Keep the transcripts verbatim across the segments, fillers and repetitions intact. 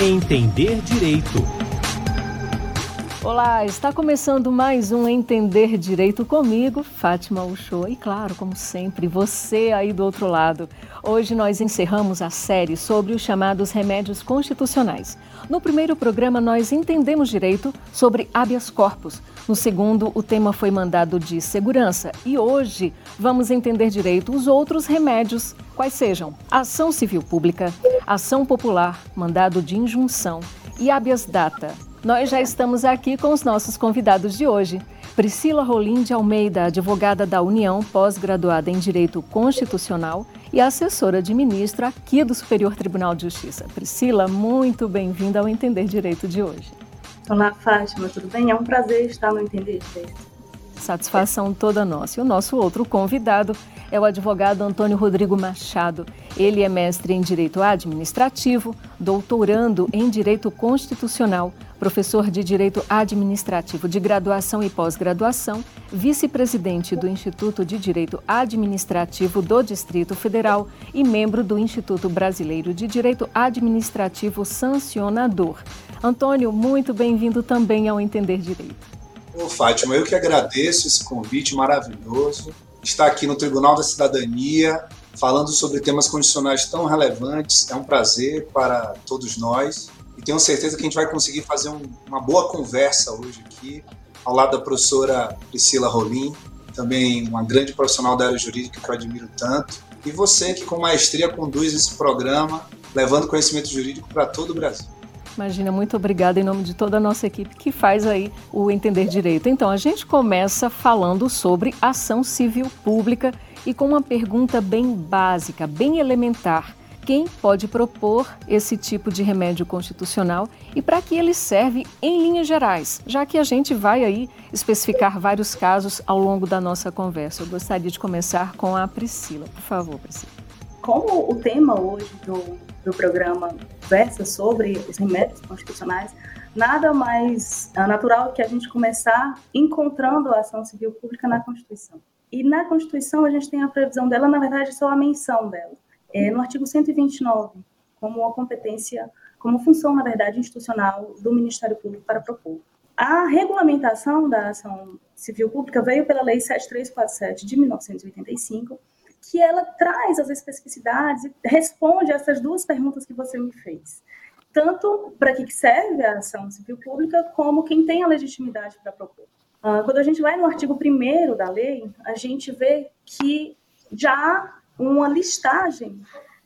Entender Direito. Olá, está começando mais um Entender Direito comigo, Fátima Uchoa. E claro, como sempre, você aí do outro lado. Hoje nós encerramos a série sobre os chamados remédios constitucionais. No primeiro programa nós entendemos direito sobre habeas corpus. No segundo, o tema foi mandado de segurança. E hoje vamos entender direito os outros remédios, quais sejam ação civil pública, ação popular, mandado de injunção e habeas data. Nós já estamos aqui com os nossos convidados de hoje. Priscila Rolim de Almeida, advogada da União, pós-graduada em Direito Constitucional e assessora de ministro aqui do Superior Tribunal de Justiça. Priscila, muito bem-vinda ao Entender Direito de hoje. Olá, Fátima, tudo bem? É um prazer estar no Entender Direito. Satisfação toda nossa. E o nosso outro convidado é o advogado Antônio Rodrigo Machado. Ele é mestre em Direito Administrativo, doutorando em Direito Constitucional, professor de Direito Administrativo de graduação e pós-graduação, vice-presidente do Instituto de Direito Administrativo do Distrito Federal e membro do Instituto Brasileiro de Direito Administrativo Sancionador. Antônio, muito bem-vindo também ao Entender Direito. Ô, Fátima, eu que agradeço esse convite maravilhoso. Estar aqui no Tribunal da Cidadania, falando sobre temas constitucionais tão relevantes, é um prazer para todos nós. E tenho certeza que a gente vai conseguir fazer um, uma boa conversa hoje aqui, ao lado da professora Priscila Rolim, também uma grande profissional da área jurídica que eu admiro tanto. E você que com maestria conduz esse programa, levando conhecimento jurídico para todo o Brasil. Imagina, muito obrigada em nome de toda a nossa equipe que faz aí o Entender Direito. Então, a gente começa falando sobre ação civil pública e com uma pergunta bem básica, bem elementar. Quem pode propor esse tipo de remédio constitucional e para que ele serve em linhas gerais, já que a gente vai aí especificar vários casos ao longo da nossa conversa. Eu gostaria de começar com a Priscila. Por favor, Priscila. Como o tema hoje do, do programa versa sobre os remédios constitucionais, nada mais natural que a gente começar encontrando a ação civil pública na Constituição. E na Constituição a gente tem a previsão dela, na verdade, só a menção dela. É, no artigo cento e vinte e nove, como uma competência, como função, na verdade, institucional do Ministério Público para propor. A regulamentação da ação civil pública veio pela Lei sete mil trezentos e quarenta e sete de mil novecentos e oitenta e cinco, que ela traz as especificidades e responde a essas duas perguntas que você me fez. Tanto para que serve a ação civil pública, como quem tem a legitimidade para propor. Uh, quando a gente vai no artigo primeiro da lei, a gente vê que já há uma listagem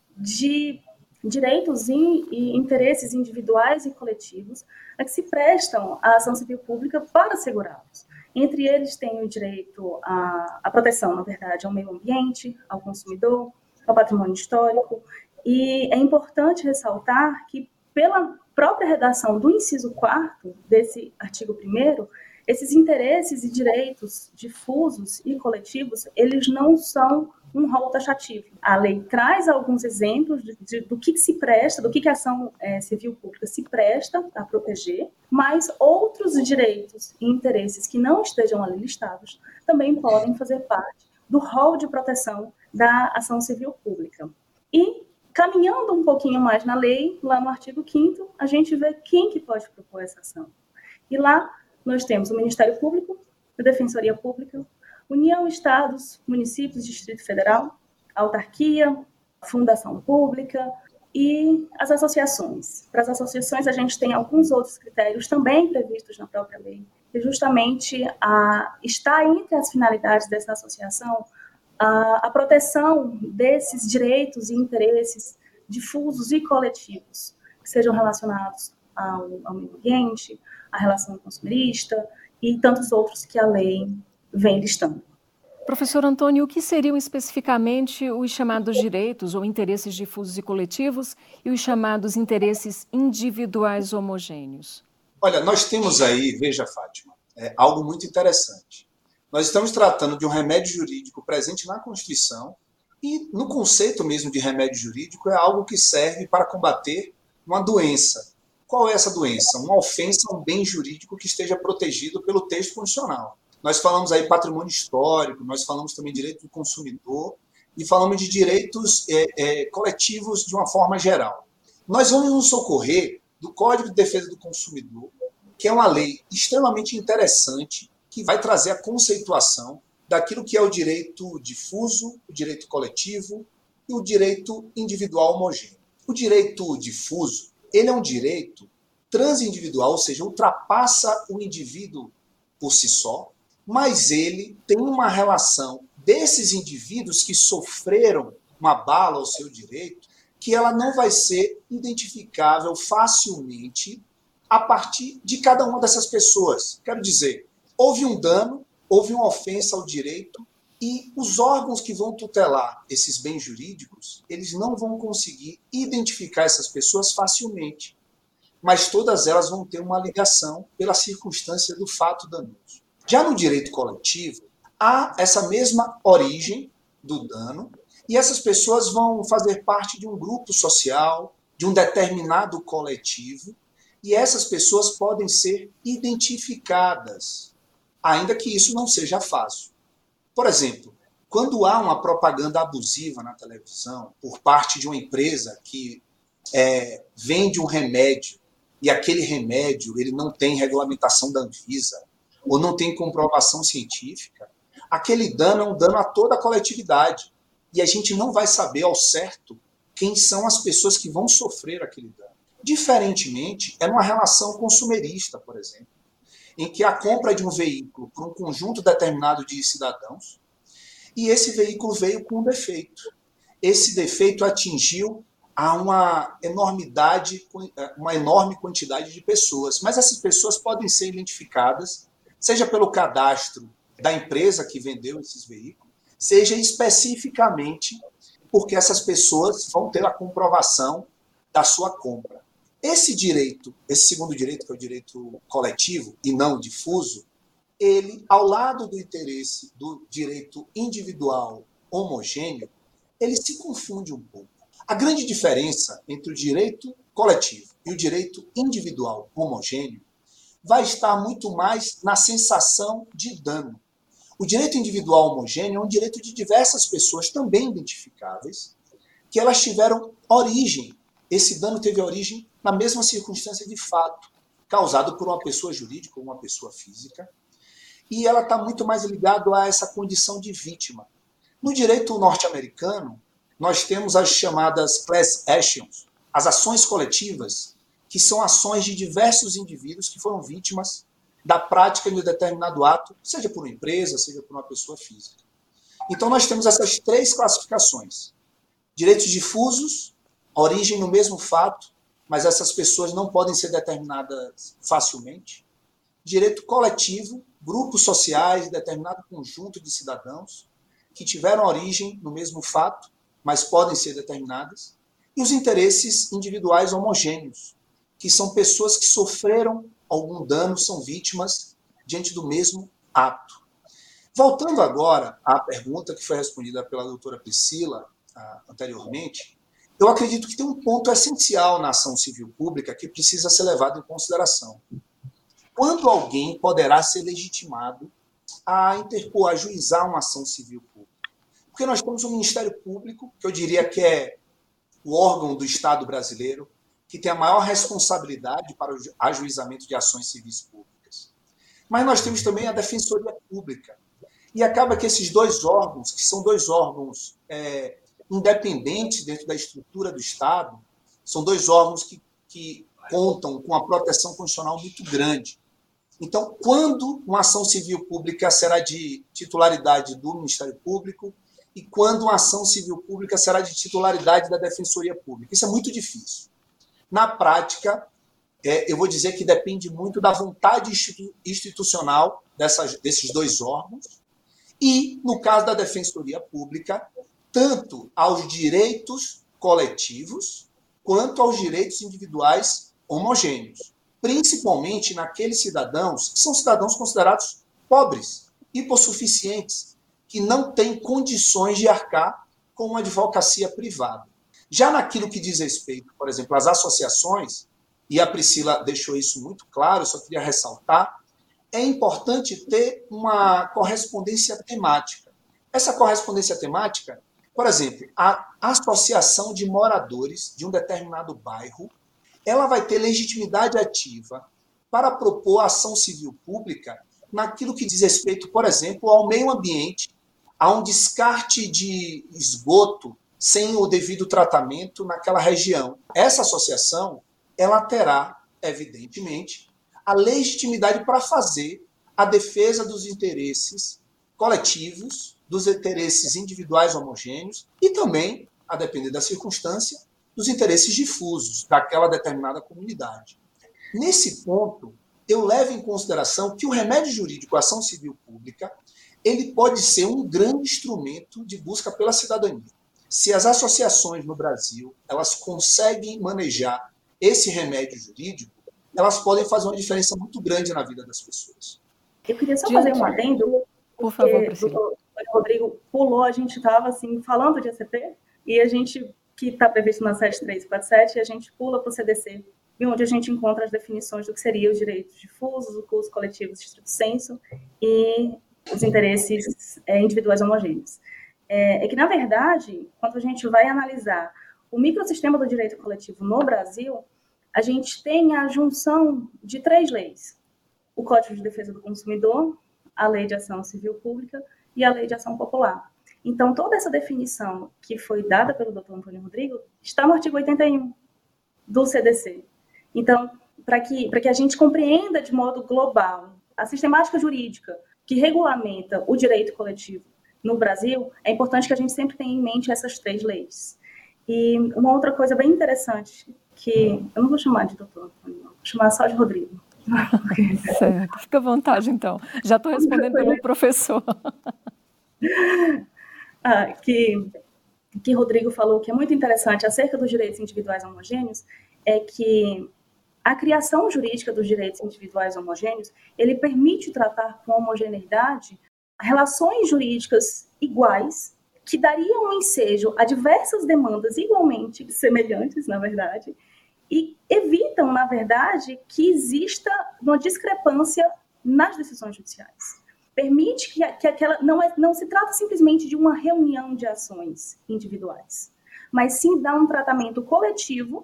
de direitos e, e interesses individuais e coletivos a que se prestam à ação civil pública para assegurá-los. Entre eles tem o direito à, à proteção, na verdade, ao meio ambiente, ao consumidor, ao patrimônio histórico. E é importante ressaltar que, pela própria redação do inciso quarto desse artigo primeiro, esses interesses e direitos difusos e coletivos, eles não são um rol taxativo. A lei traz alguns exemplos de, de, do que se presta, do que a ação é, civil pública se presta a proteger, mas outros direitos e interesses que não estejam ali listados também podem fazer parte do rol de proteção da ação civil pública. E, caminhando um pouquinho mais na lei, lá no artigo quinto, a gente vê quem que pode propor essa ação. E lá nós temos o Ministério Público, a Defensoria Pública, União, Estados, Municípios, Distrito Federal, Autarquia, Fundação Pública e as associações. Para as associações, a gente tem alguns outros critérios também previstos na própria lei, que justamente a, está entre as finalidades dessa associação a, a proteção desses direitos e interesses difusos e coletivos, que sejam relacionados ao, ao meio ambiente, à relação consumerista e tantos outros que a lei vem listando. Professor Antônio, o que seriam especificamente os chamados direitos ou interesses difusos e coletivos e os chamados interesses individuais homogêneos? Olha, nós temos aí, veja, Fátima, é algo muito interessante. Nós estamos tratando de um remédio jurídico presente na Constituição e no conceito mesmo de remédio jurídico é algo que serve para combater uma doença. Qual é essa doença? Uma ofensa a um bem jurídico que esteja protegido pelo texto constitucional. Nós falamos aí patrimônio histórico, nós falamos também direito do consumidor e falamos de direitos é, é, coletivos de uma forma geral. Nós vamos nos socorrer do Código de Defesa do Consumidor, que é uma lei extremamente interessante, que vai trazer a conceituação daquilo que é o direito difuso, o direito coletivo e o direito individual homogêneo. O direito difuso, ele é um direito transindividual, ou seja, ultrapassa o indivíduo por si só, mas ele tem uma relação desses indivíduos que sofreram uma bala ao seu direito, que ela não vai ser identificável facilmente a partir de cada uma dessas pessoas. Quero dizer, houve um dano, houve uma ofensa ao direito, e os órgãos que vão tutelar esses bens jurídicos, eles não vão conseguir identificar essas pessoas facilmente, mas todas elas vão ter uma ligação pela circunstância do fato danoso. Já no direito coletivo, há essa mesma origem do dano, e essas pessoas vão fazer parte de um grupo social, de um determinado coletivo, e essas pessoas podem ser identificadas, ainda que isso não seja fácil. Por exemplo, quando há uma propaganda abusiva na televisão por parte de uma empresa que é, vende um remédio e aquele remédio ele não tem regulamentação da Anvisa ou não tem comprovação científica, aquele dano é um dano a toda a coletividade. E a gente não vai saber ao certo quem são as pessoas que vão sofrer aquele dano. Diferentemente, é numa relação consumerista, por exemplo, em que a compra de um veículo por um conjunto determinado de cidadãos, e esse veículo veio com um defeito. Esse defeito atingiu a uma enormidade, uma enorme quantidade de pessoas, mas essas pessoas podem ser identificadas, seja pelo cadastro da empresa que vendeu esses veículos, seja especificamente porque essas pessoas vão ter a comprovação da sua compra. Esse direito, esse segundo direito, que é o direito coletivo e não difuso, ele, ao lado do interesse do direito individual homogêneo, ele se confunde um pouco. A grande diferença entre o direito coletivo e o direito individual homogêneo vai estar muito mais na sensação de dano. O direito individual homogêneo é um direito de diversas pessoas também identificáveis, que elas tiveram origem, esse dano teve origem na mesma circunstância de fato, causado por uma pessoa jurídica ou uma pessoa física, e ela está muito mais ligada a essa condição de vítima. No direito norte-americano, nós temos as chamadas class actions, as ações coletivas, que são ações de diversos indivíduos que foram vítimas da prática de um determinado ato, seja por uma empresa, seja por uma pessoa física. Então nós temos essas três classificações. Direitos difusos, origem no mesmo fato, mas essas pessoas não podem ser determinadas facilmente. Direito coletivo, grupos sociais, determinado conjunto de cidadãos que tiveram origem no mesmo fato, mas podem ser determinadas. E os interesses individuais homogêneos, que são pessoas que sofreram algum dano, são vítimas diante do mesmo ato. Voltando agora à pergunta que foi respondida pela doutora Priscila ah, anteriormente, eu acredito que tem um ponto essencial na ação civil pública que precisa ser levado em consideração. Quando alguém poderá ser legitimado a interpor, a ajuizar uma ação civil pública? Porque nós temos um Ministério Público, que eu diria que é o órgão do Estado brasileiro, que tem a maior responsabilidade para o ajuizamento de ações civis públicas. Mas nós temos também a Defensoria Pública. E acaba que esses dois órgãos, que são dois órgãos é, independentes dentro da estrutura do Estado, são dois órgãos que, que contam com uma proteção constitucional muito grande. Então, quando uma ação civil pública será de titularidade do Ministério Público e quando uma ação civil pública será de titularidade da Defensoria Pública? Isso é muito difícil. Na prática, é, eu vou dizer que depende muito da vontade institu- institucional dessas, desses dois órgãos e, no caso da Defensoria Pública, tanto aos direitos coletivos quanto aos direitos individuais homogêneos, principalmente naqueles cidadãos que são cidadãos considerados pobres, hipossuficientes, que não têm condições de arcar com uma advocacia privada. Já naquilo que diz respeito, por exemplo, às associações, e a Priscila deixou isso muito claro, eu só queria ressaltar, é importante ter uma correspondência temática. Essa correspondência temática, por exemplo, a associação de moradores de um determinado bairro, ela vai ter legitimidade ativa para propor ação civil pública naquilo que diz respeito, por exemplo, ao meio ambiente, a um descarte de esgoto sem o devido tratamento naquela região. Essa associação, ela terá, evidentemente, a legitimidade para fazer a defesa dos interesses coletivos, dos interesses individuais homogêneos e também, a depender da circunstância, dos interesses difusos daquela determinada comunidade. Nesse ponto, eu levo em consideração que o remédio jurídico ação civil pública ele pode ser um grande instrumento de busca pela cidadania. Se as associações no Brasil elas conseguem manejar esse remédio jurídico, elas podem fazer uma diferença muito grande na vida das pessoas. Eu queria só fazer um adendo, por favor, Priscila. O Rodrigo pulou, a gente estava assim, falando de A C P, e a gente, que está previsto na sete três quatro sete, a gente pula para o C D C, onde a gente encontra as definições do que seriam os direitos difusos, os cursos coletivos de estrito sensu e os interesses é, individuais homogêneos. É, é que, na verdade, quando a gente vai analisar o microsistema do direito coletivo no Brasil, a gente tem a junção de três leis. O Código de Defesa do Consumidor, a Lei de Ação Civil Pública e a Lei de Ação Popular. Então, toda essa definição que foi dada pelo doutor Antônio Rodrigo está no artigo oitenta e um do C D C. Então, para que, para que a gente compreenda de modo global a sistemática jurídica que regulamenta o direito coletivo no Brasil, é importante que a gente sempre tenha em mente essas três leis. E uma outra coisa bem interessante, que eu não vou chamar de doutor Antônio, vou chamar só de Rodrigo. Certo, fica à vontade, então. Já estou respondendo pelo professor. Ah, que, que Rodrigo falou que é muito interessante acerca dos direitos individuais homogêneos, é que a criação jurídica dos direitos individuais homogêneos, ele permite tratar com homogeneidade relações jurídicas iguais, que dariam um ensejo a diversas demandas igualmente semelhantes, na verdade, e evitam, na verdade, que exista uma discrepância nas decisões judiciais. Permite que, que aquela não, é, não se trata simplesmente de uma reunião de ações individuais, mas sim dá um tratamento coletivo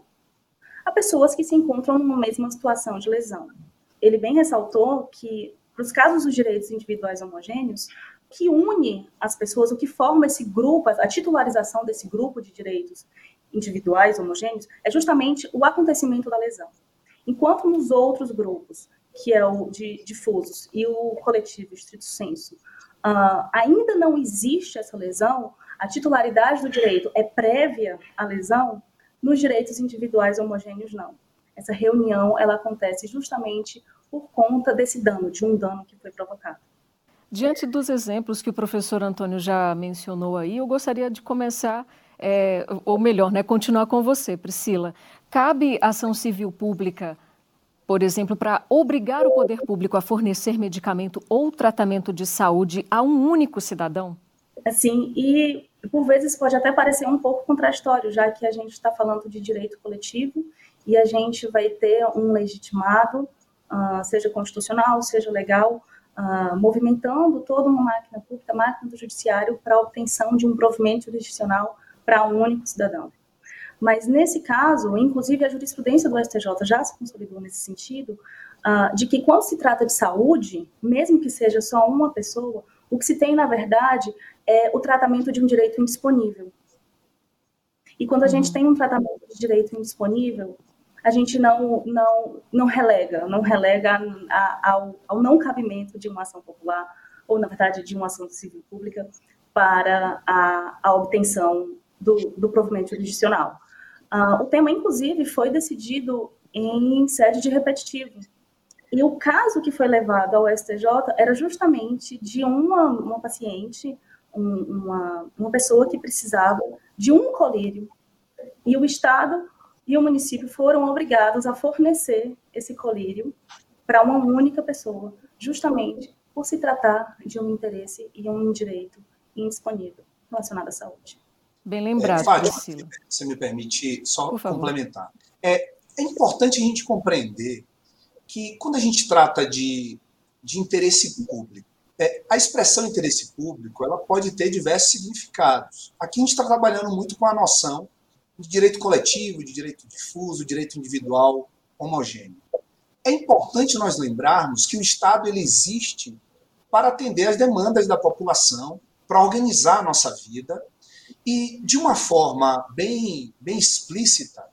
a pessoas que se encontram numa mesma situação de lesão. Ele bem ressaltou que, para os casos dos direitos individuais homogêneos, o que une as pessoas, o que forma esse grupo, a titularização desse grupo de direitos individuais homogêneos, é justamente o acontecimento da lesão. Enquanto nos outros grupos, que é o de difusos e o coletivo estrito sensu, uh, ainda não existe essa lesão, a titularidade do direito é prévia à lesão, nos direitos individuais homogêneos, não. Essa reunião, ela acontece justamente por conta desse dano, de um dano que foi provocado. Diante dos exemplos que o professor Antônio já mencionou aí, eu gostaria de começar, é, ou melhor, né, continuar com você, Priscila. Cabe ação civil pública, por exemplo, para obrigar o poder público a fornecer medicamento ou tratamento de saúde a um único cidadão? Assim, e por vezes pode até parecer um pouco contraditório, já que a gente está falando de direito coletivo e a gente vai ter um legitimado, uh, seja constitucional, seja legal, uh, movimentando toda uma máquina pública, máquina do judiciário, para a obtenção de um provimento jurisdicional para um único cidadão. Mas, nesse caso, inclusive a jurisprudência do S T J já se consolidou nesse sentido, uh, de que quando se trata de saúde, mesmo que seja só uma pessoa, o que se tem, na verdade, é o tratamento de um direito indisponível. E quando a gente tem um tratamento de direito indisponível, a gente não, não, não relega, não relega a, ao, ao não cabimento de uma ação popular, ou, na verdade, de uma ação civil pública, para a, a obtenção do, do provimento jurisdicional. Uh, o tema, inclusive, foi decidido em sede de repetitivo. E o caso que foi levado ao S T J era justamente de uma, uma paciente, um, uma, uma pessoa que precisava de um colírio. E o Estado e o município foram obrigados a fornecer esse colírio para uma única pessoa, justamente por se tratar de um interesse e um direito indisponível relacionado à saúde. Bem lembrado, é, Fátima, Priscila. Se me permite só complementar. É, é importante a gente compreender que quando a gente trata de, de interesse público, é, a expressão interesse público ela pode ter diversos significados. Aqui a gente está trabalhando muito com a noção de direito coletivo, de direito difuso, direito individual homogêneo. É importante nós lembrarmos que o Estado ele existe para atender às demandas da população, para organizar a nossa vida e, de uma forma bem, bem explícita,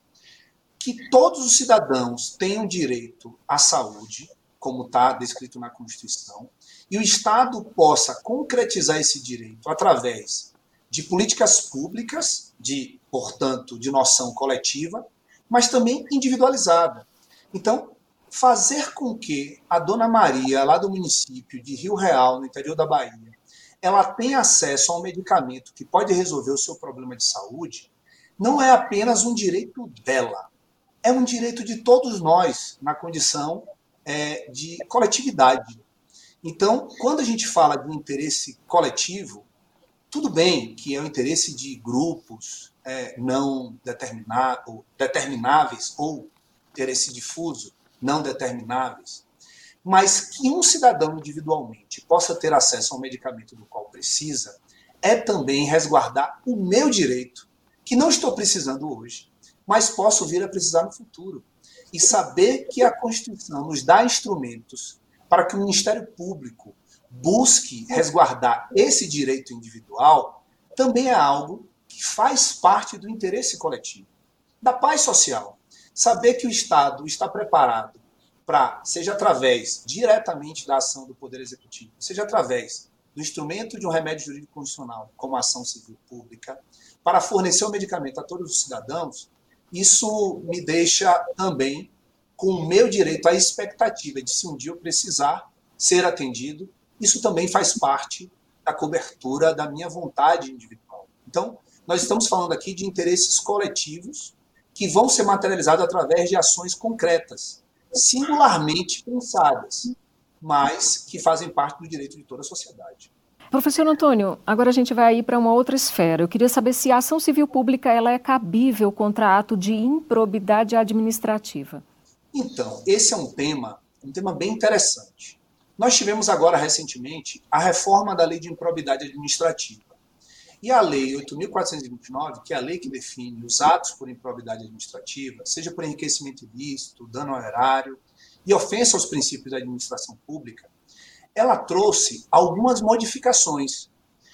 que todos os cidadãos tenham direito à saúde, como está descrito na Constituição, e o Estado possa concretizar esse direito através de políticas públicas, de, portanto, de noção coletiva, mas também individualizada. Então, fazer com que a Dona Maria, lá do município de Rio Real, no interior da Bahia, ela tenha acesso a um medicamento que pode resolver o seu problema de saúde, não é apenas um direito dela, é um direito de todos nós, na condição é, de coletividade. Então, quando a gente fala de interesse coletivo, tudo bem que é o interesse de grupos é, não determinado, determináveis ou interesse difuso, não determináveis, mas que um cidadão individualmente possa ter acesso ao medicamento do qual precisa, é também resguardar o meu direito, que não estou precisando hoje, mas posso vir a precisar no futuro. E saber que a Constituição nos dá instrumentos para que o Ministério Público busque resguardar esse direito individual, também é algo que faz parte do interesse coletivo, da paz social. Saber que o Estado está preparado para, seja através diretamente da ação do Poder Executivo, seja através do instrumento de um remédio jurídico condicional, como a ação civil pública, para fornecer o medicamento a todos os cidadãos, isso me deixa também com o meu direito à expectativa de, se um dia eu precisar ser atendido, isso também faz parte da cobertura da minha vontade individual. Então, nós estamos falando aqui de interesses coletivos que vão ser materializados através de ações concretas, singularmente pensadas, mas que fazem parte do direito de toda a sociedade. Professor Antônio, agora a gente vai ir para uma outra esfera. Eu queria saber se a ação civil pública ela é cabível contra ato de improbidade administrativa. Então, esse é um tema, um tema bem interessante. Nós tivemos agora, recentemente, a reforma da Lei de Improbidade Administrativa. E a Lei oito mil quatrocentos e vinte e nove, que é a lei que define os atos por improbidade administrativa, seja por enriquecimento ilícito, dano ao erário e ofensa aos princípios da administração pública, ela trouxe algumas modificações.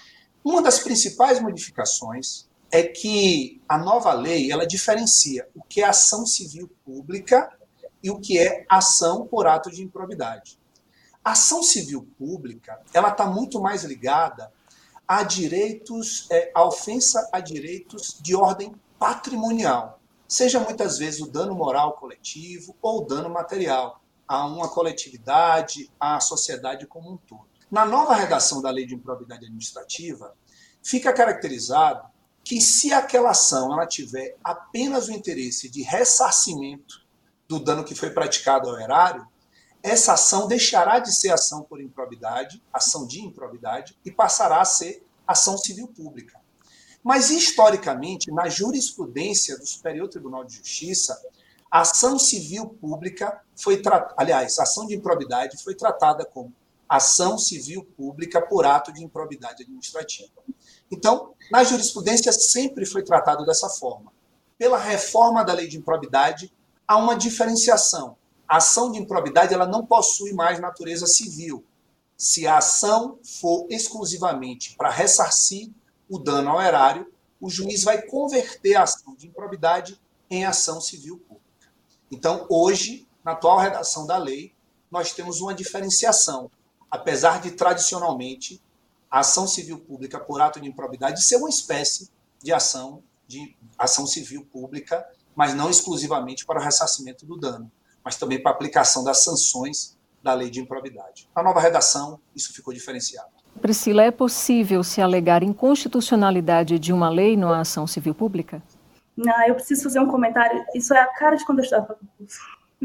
Uma das principais modificações é que a nova lei ela diferencia o que é ação civil pública e o que é ação por ato de improbidade. A ação civil pública ela está muito mais ligada a direitos, é, a ofensa a direitos de ordem patrimonial, seja muitas vezes o dano moral coletivo ou o dano material a uma coletividade, à sociedade como um todo. Na nova redação da Lei de Improbidade Administrativa, fica caracterizado que se aquela ação ela tiver apenas o interesse de ressarcimento do dano que foi praticado ao erário, essa ação deixará de ser ação por improbidade, ação de improbidade, e passará a ser ação civil pública. Mas, historicamente, na jurisprudência do Superior Tribunal de Justiça, a ação civil pública foi tratada, aliás, a ação de improbidade foi tratada como ação civil pública por ato de improbidade administrativa. Então, na jurisprudência sempre foi tratado dessa forma. Pela reforma da Lei de Improbidade, há uma diferenciação. A ação de improbidade ela não possui mais natureza civil. Se a ação for exclusivamente para ressarcir o dano ao erário, o juiz vai converter a ação de improbidade em ação civil pública. Então, hoje, na atual redação da lei, nós temos uma diferenciação, apesar de, tradicionalmente, a ação civil pública por ato de improbidade ser uma espécie de ação, de ação civil pública, mas não exclusivamente para o ressarcimento do dano, mas também para a aplicação das sanções da lei de improbidade. Na nova redação, isso ficou diferenciado. Priscila, é possível se alegar inconstitucionalidade de uma lei numa ação civil pública? Não, eu preciso fazer um comentário. Isso é a cara de quando eu estava para concurso.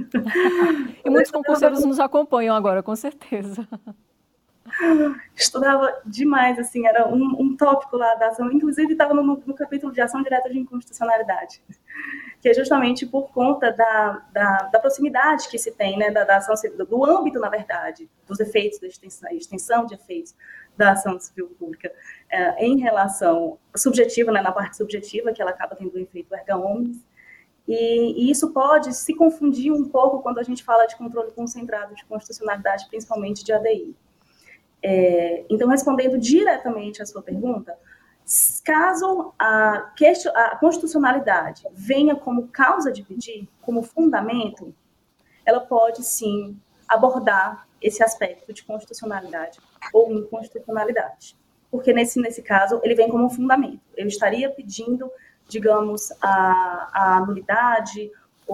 E muitos concurseiros nos acompanham agora, com certeza. Estudava demais, assim, era um, um tópico lá da ação, inclusive estava no, no capítulo de ação direta de inconstitucionalidade. que é justamente por conta da, da, da proximidade que se tem, né, da, da ação civil, do âmbito, na verdade, dos efeitos da extensão, extensão de efeitos da ação civil pública é, em relação subjetiva, né, na parte subjetiva, que ela acaba tendo um efeito erga omnes, e, e isso pode se confundir um pouco quando a gente fala de controle concentrado de constitucionalidade, principalmente de A D I. É, então, respondendo diretamente à sua pergunta, caso a, a constitucionalidade venha como causa de pedir, como fundamento, ela pode, sim, abordar esse aspecto de constitucionalidade ou inconstitucionalidade. Porque, nesse, nesse caso, ele vem como fundamento. Eu estaria pedindo, digamos, a, a nulidade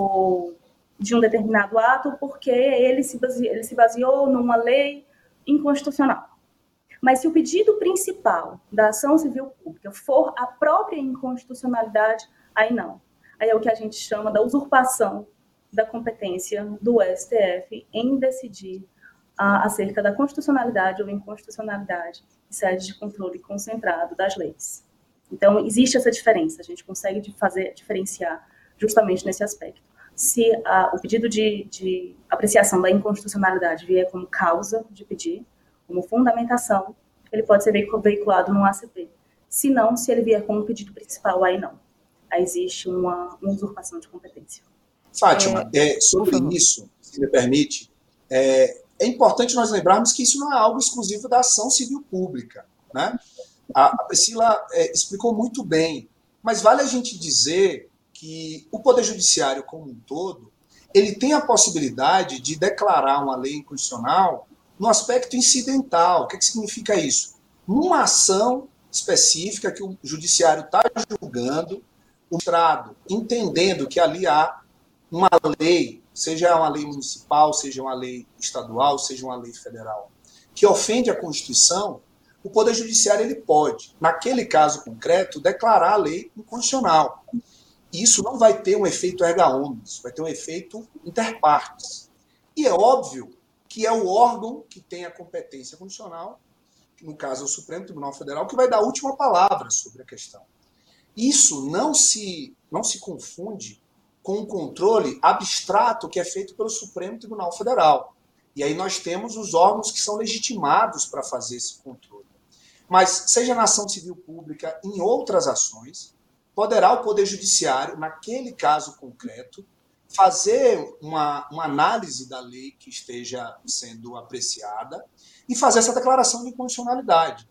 ou de um determinado ato porque ele se baseou, ele se baseou numa lei inconstitucional. Mas se o pedido principal da ação civil pública for a própria inconstitucionalidade, aí não. Aí é o que a gente chama da usurpação da competência do S T F em decidir uh, acerca da constitucionalidade ou inconstitucionalidade em sede de controle concentrado das leis. Então, existe essa diferença, a gente consegue fazer, diferenciar justamente nesse aspecto. Se uh, o pedido de, de apreciação da inconstitucionalidade vier como causa de pedir, como fundamentação, ele pode ser veiculado no A C P. Se não, se ele vier como pedido principal, aí não. Aí existe uma, uma usurpação de competência. Fátima, é, é, sobre isso, se me permite, é, é importante nós lembrarmos que isso não é algo exclusivo da ação civil pública, né? A, a Priscila é, explicou muito bem, mas vale a gente dizer que o Poder Judiciário como um todo, ele tem a possibilidade de declarar uma lei inconstitucional no aspecto incidental. O que, é que significa isso? Numa ação específica que o judiciário está julgando, o magistrado entendendo que ali há uma lei, seja uma lei municipal, seja uma lei estadual, seja uma lei federal, que ofende a Constituição, o Poder Judiciário ele pode, naquele caso concreto, declarar a lei inconstitucional. E isso não vai ter um efeito erga omnes, vai ter um efeito inter partes. E é óbvio que é o órgão que tem a competência constitucional, que no caso é o Supremo Tribunal Federal, que vai dar a última palavra sobre a questão. Isso não se, não se confunde com um controle abstrato que é feito pelo Supremo Tribunal Federal. E aí nós temos os órgãos que são legitimados para fazer esse controle. Mas, seja na ação civil pública, em outras ações, poderá o Poder Judiciário, naquele caso concreto, fazer uma, uma análise da lei que esteja sendo apreciada e fazer essa declaração de inconstitucionalidade.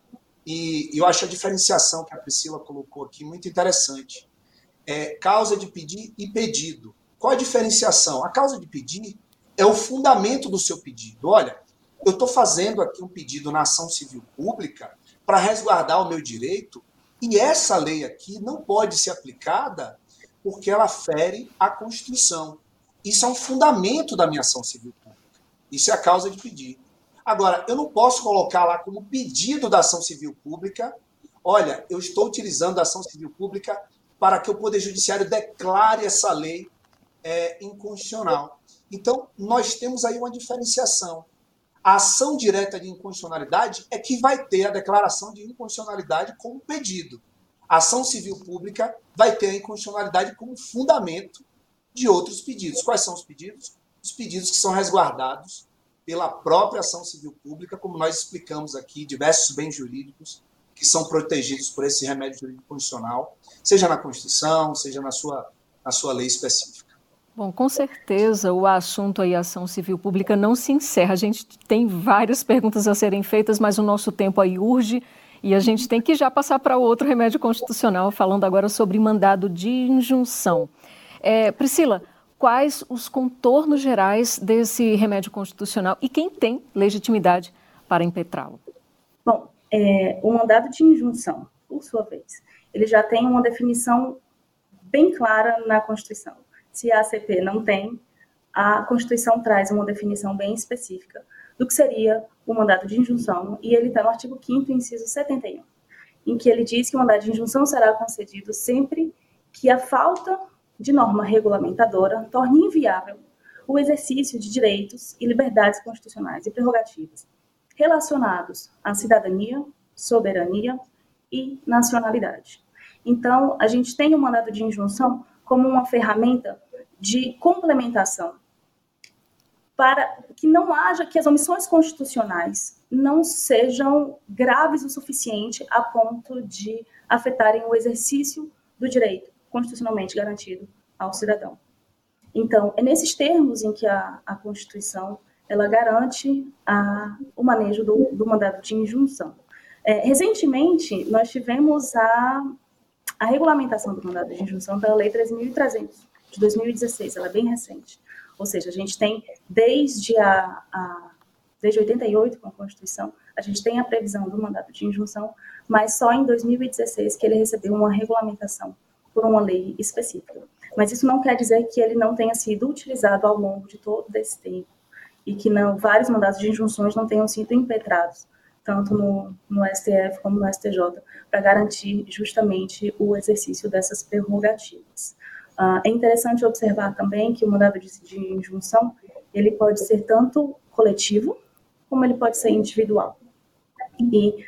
E eu acho a diferenciação que a Priscila colocou aqui muito interessante. É, causa de pedir e pedido. Qual a diferenciação? A causa de pedir é o fundamento do seu pedido. Olha, eu estou fazendo aqui um pedido na ação civil pública para resguardar o meu direito e essa lei aqui não pode ser aplicada porque ela fere a Constituição. Isso é um fundamento da minha ação civil pública. Isso é a causa de pedir. Agora, eu não posso colocar lá como pedido da ação civil pública, olha, eu estou utilizando a ação civil pública para que o Poder Judiciário declare essa lei é, inconstitucional. Então, nós temos aí uma diferenciação. A ação direta de inconstitucionalidade é que vai ter a declaração de inconstitucionalidade como pedido. A ação civil pública vai ter a inconstitucionalidade como fundamento de outros pedidos. Quais são os pedidos? Os pedidos que são resguardados pela própria ação civil pública, como nós explicamos aqui, diversos bens jurídicos que são protegidos por esse remédio jurídico constitucional, seja na Constituição, seja na sua, na sua lei específica. Bom, com certeza o assunto aí, ação civil pública, não se encerra. A gente tem várias perguntas a serem feitas, mas o nosso tempo aí urge e a gente tem que já passar para outro remédio constitucional, falando agora sobre mandado de injunção. É, Priscila, quais os contornos gerais desse remédio constitucional e quem tem legitimidade para impetrá-lo? Bom, é, o mandado de injunção, por sua vez, ele já tem uma definição bem clara na Constituição. Se a A C P não tem, a Constituição traz uma definição bem específica do que seria o mandado de injunção, e ele está no artigo quinto, inciso setenta e um, em que ele diz que o mandado de injunção será concedido sempre que a falta de norma regulamentadora torne inviável o exercício de direitos e liberdades constitucionais e prerrogativas relacionados à cidadania, soberania e nacionalidade. Então, a gente tem o mandado de injunção como uma ferramenta de complementação, para que não haja, que as omissões constitucionais não sejam graves o suficiente a ponto de afetarem o exercício do direito constitucionalmente garantido ao cidadão. Então, é nesses termos em que a, a Constituição ela garante a, o manejo do, do mandado de injunção. É, recentemente, nós tivemos a, a regulamentação do mandado de injunção pela Lei treze mil e trezentos, de dois mil e dezesseis, ela é bem recente. Ou seja, a gente tem, desde, a, a, desde oitenta e oito, com a Constituição, a gente tem a previsão do mandato de injunção, mas só em dois mil e dezesseis que ele recebeu uma regulamentação por uma lei específica. Mas isso não quer dizer que ele não tenha sido utilizado ao longo de todo esse tempo e que não, vários mandatos de injunções não tenham sido impetrados, tanto no, no S T F como no S T J, para garantir justamente o exercício dessas prerrogativas. Uh, é interessante observar também que o mandado de, de injunção, ele pode ser tanto coletivo, como ele pode ser individual. E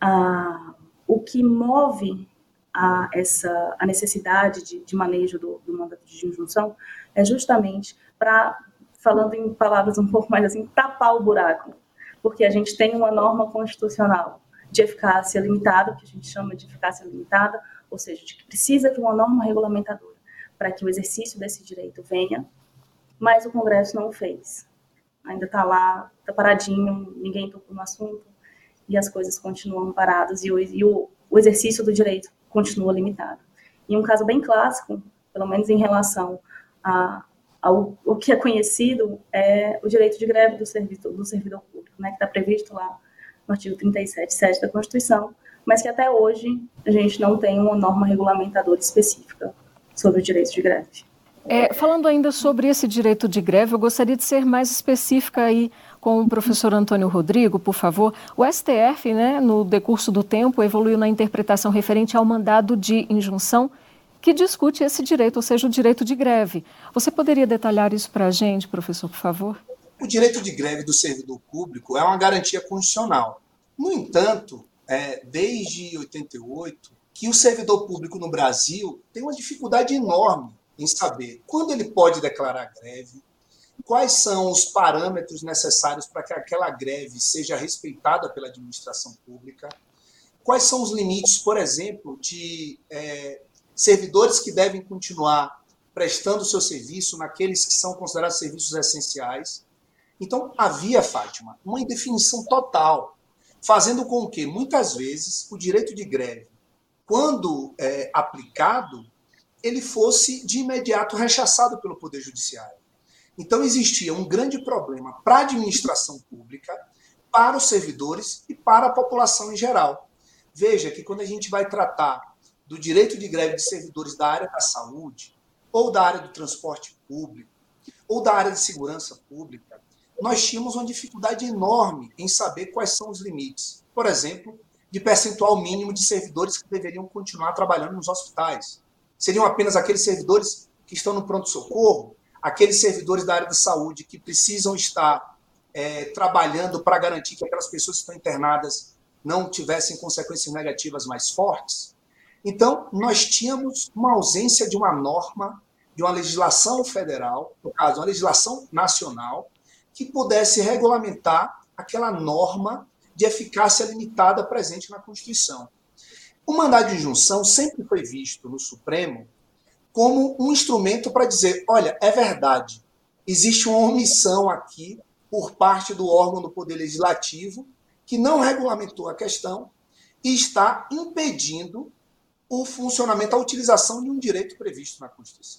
uh, o que move a, essa, a necessidade de, de manejo do, do mandato de injunção é justamente para, falando em palavras um pouco mais assim, tapar o buraco, porque a gente tem uma norma constitucional de eficácia limitada, que a gente chama de eficácia limitada, ou seja, de que precisa de uma norma regulamentadora para que o exercício desse direito venha, mas o Congresso não o fez. Ainda está lá, está paradinho, ninguém tocou no assunto, e as coisas continuam paradas, e o, e o, o exercício do direito continua limitado. E um caso bem clássico, pelo menos em relação a, ao, ao que é conhecido, é o direito de greve do servidor, do servidor público, né, que está previsto lá no artigo trinta e sete, sete da Constituição, mas que até hoje a gente não tem uma norma regulamentadora específica sobre o direito de greve. É, falando ainda sobre esse direito de greve, eu gostaria de ser mais específica aí com o professor Antônio Rodrigo, por favor. O S T F, né, no decurso do tempo, evoluiu na interpretação referente ao mandado de injunção que discute esse direito, ou seja, o direito de greve. Você poderia detalhar isso para a gente, professor, por favor? O direito de greve do servidor público é uma garantia constitucional. No entanto, é, desde oitenta e oito, que o servidor público no Brasil tem uma dificuldade enorme em saber quando ele pode declarar greve, quais são os parâmetros necessários para que aquela greve seja respeitada pela administração pública, quais são os limites, por exemplo, de é, servidores que devem continuar prestando o seu serviço naqueles que são considerados serviços essenciais. Então, havia, Fátima, uma indefinição total, fazendo com que, muitas vezes, o direito de greve, quando é, aplicado, ele fosse de imediato rechaçado pelo Poder Judiciário. Então, existia um grande problema para a administração pública, para os servidores e para a população em geral. Veja que quando a gente vai tratar do direito de greve de servidores da área da saúde, ou da área do transporte público, ou da área de segurança pública, nós tínhamos uma dificuldade enorme em saber quais são os limites. Por exemplo, de percentual mínimo de servidores que deveriam continuar trabalhando nos hospitais. Seriam apenas aqueles servidores que estão no pronto-socorro, aqueles servidores da área da saúde que precisam estar é, trabalhando para garantir que aquelas pessoas que estão internadas não tivessem consequências negativas mais fortes. Então, nós tínhamos uma ausência de uma norma, de uma legislação federal, no caso, uma legislação nacional, que pudesse regulamentar aquela norma de eficácia limitada presente na Constituição. O mandado de injunção sempre foi visto no Supremo como um instrumento para dizer, olha, é verdade, existe uma omissão aqui por parte do órgão do Poder Legislativo que não regulamentou a questão e está impedindo o funcionamento, a utilização de um direito previsto na Constituição.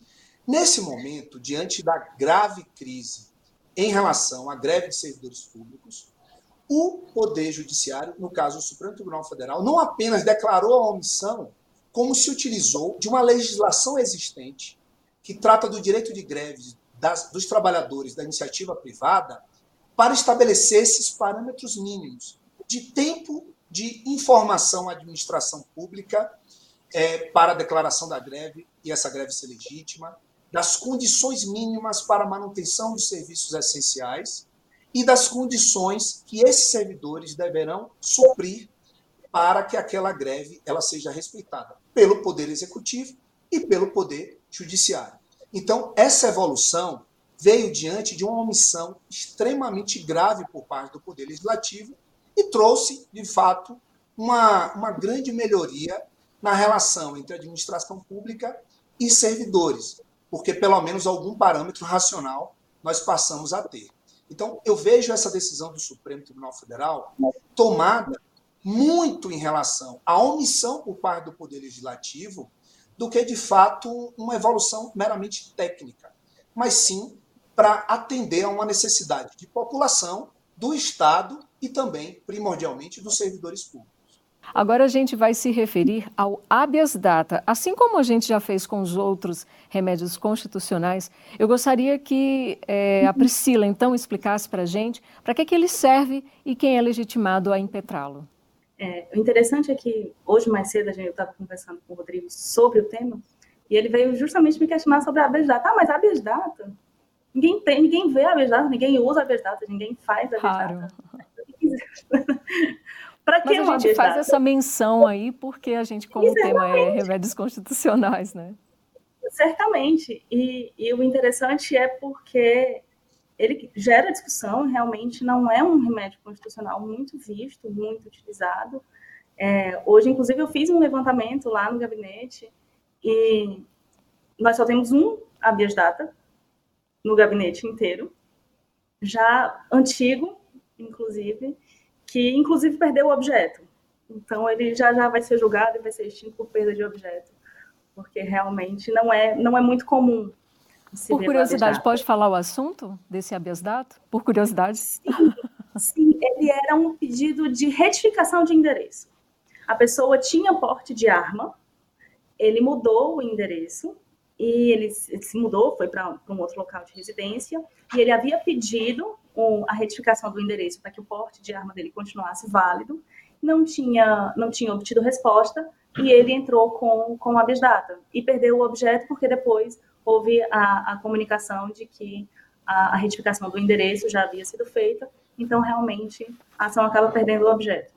Nesse momento, diante da grave crise em relação à greve de servidores públicos, o Poder Judiciário, no caso o Supremo Tribunal Federal, não apenas declarou a omissão, como se utilizou de uma legislação existente que trata do direito de greve das, dos trabalhadores da iniciativa privada para estabelecer esses parâmetros mínimos de tempo de informação à administração pública é, para a declaração da greve e essa greve ser legítima, das condições mínimas para a manutenção dos serviços essenciais e das condições que esses servidores deverão suprir para que aquela greve ela seja respeitada pelo Poder Executivo e pelo Poder judiciário. Então, essa evolução veio diante de uma omissão extremamente grave por parte do Poder Legislativo e trouxe, de fato, uma, uma grande melhoria na relação entre administração pública e servidores, porque pelo menos algum parâmetro racional nós passamos a ter. Então, eu vejo essa decisão do Supremo Tribunal Federal tomada muito em relação à omissão por parte do Poder Legislativo do que, de fato, uma evolução meramente técnica, mas sim para atender a uma necessidade de população, do Estado e também, primordialmente, dos servidores públicos. Agora a gente vai se referir ao habeas data. Assim como a gente já fez com os outros remédios constitucionais, eu gostaria que é, a Priscila, então, explicasse para a gente para que, que ele serve e quem é legitimado a impetrá-lo. É, o interessante é que hoje, mais cedo, a gente estava conversando com o Rodrigo sobre o tema, e ele veio justamente me questionar sobre a habeas data. Ah, mas a habeas data? Ninguém, tem, ninguém vê a habeas data, ninguém usa a habeas data, ninguém faz a habeas data. Pra que mas a gente faz essa menção aí porque a gente, como o tema é remédios constitucionais, né? Certamente. E, e o interessante é porque ele gera discussão, realmente não é um remédio constitucional muito visto, muito utilizado. É, hoje, inclusive, eu fiz um levantamento lá no gabinete e nós só temos um habeas data no gabinete inteiro, já antigo, inclusive, que inclusive perdeu o objeto. Então, ele já, já vai ser julgado e vai ser extinto por perda de objeto, porque realmente não é, não é muito comum. Por curiosidade, pode falar o assunto desse habeas data? Por curiosidade? Sim, sim, ele era um pedido de retificação de endereço. A pessoa tinha porte de arma, ele mudou o endereço, e ele se mudou, foi para um outro local de residência, e ele havia pedido um, a retificação do endereço para que o porte de arma dele continuasse válido, não tinha, não tinha obtido resposta, e ele entrou com, com o habeas data, e perdeu o objeto porque depois houve a, a comunicação de que a, a retificação do endereço já havia sido feita, então realmente a ação acaba perdendo o objeto,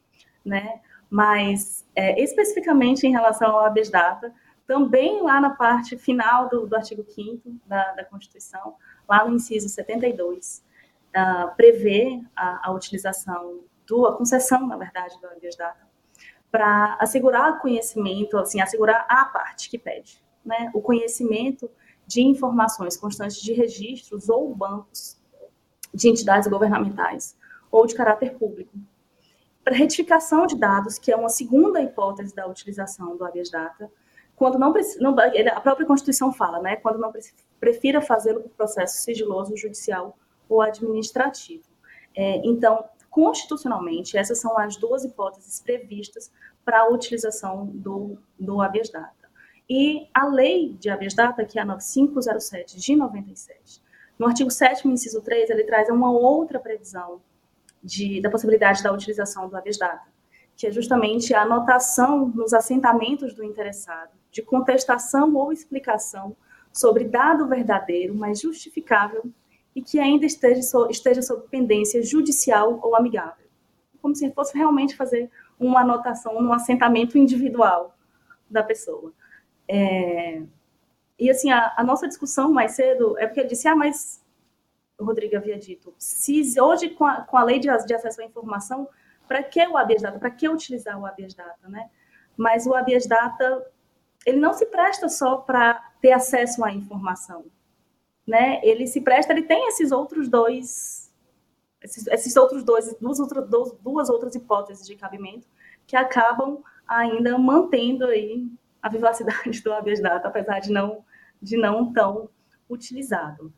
né? Mas é, especificamente em relação ao habeas data, também lá na parte final do, do artigo quinto da, da Constituição, lá no inciso setenta e dois, uh, prevê a, a utilização, do, a concessão, na verdade, do habeas data, para assegurar conhecimento, assim, assegurar a parte que pede, né, o conhecimento de informações constantes de registros ou bancos de entidades governamentais ou de caráter público. Para retificação de dados, que é uma segunda hipótese da utilização do habeas data, quando não, não a própria Constituição fala, né, quando não prefira fazê-lo por processo sigiloso, judicial ou administrativo. É, então, constitucionalmente, essas são as duas hipóteses previstas para a utilização do, do habeas data. E a lei de habeas data, que é a nove mil quinhentos e sete de noventa e sete, no artigo sétimo, inciso três, ele traz uma outra previsão de, da possibilidade da utilização do habeas data, que é justamente a anotação nos assentamentos do interessado de contestação ou explicação sobre dado verdadeiro, mas justificável, e que ainda esteja, so, esteja sob pendência judicial ou amigável. Como se fosse realmente fazer uma anotação no assentamento individual da pessoa. É, e assim, a, a nossa discussão mais cedo é porque ele disse, ah, mas o Rodrigo havia dito, se hoje com a, com a lei de, de acesso à informação, para que o habeas data? Para que utilizar o habeas data, né? Mas o habeas data, ele não se presta só para ter acesso à informação, né? Ele se presta, ele tem esses outros dois, esses, esses outros dois, duas, outras, duas outras hipóteses de cabimento que acabam ainda mantendo aí a vivacidade do habeas data, apesar de não, de não tão utilizado.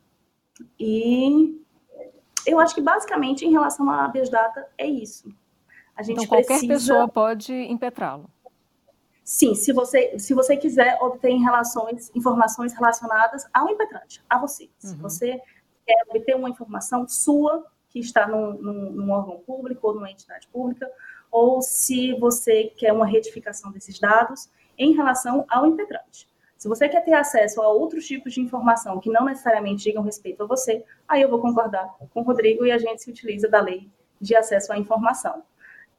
E eu acho que basicamente em relação ao habeas data é isso. A gente então, qualquer precisa... pessoa pode impetrá-lo. Sim, se você, se você quiser obter relações, informações relacionadas ao impetrante, a você. Uhum. Se você quer obter uma informação sua, que está num, num, num órgão público ou numa entidade pública, ou se você quer uma retificação desses dados em relação ao impetrante. Se você quer ter acesso a outros tipos de informação que não necessariamente digam respeito a você, aí eu vou concordar com o Rodrigo e a gente se utiliza da lei de acesso à informação.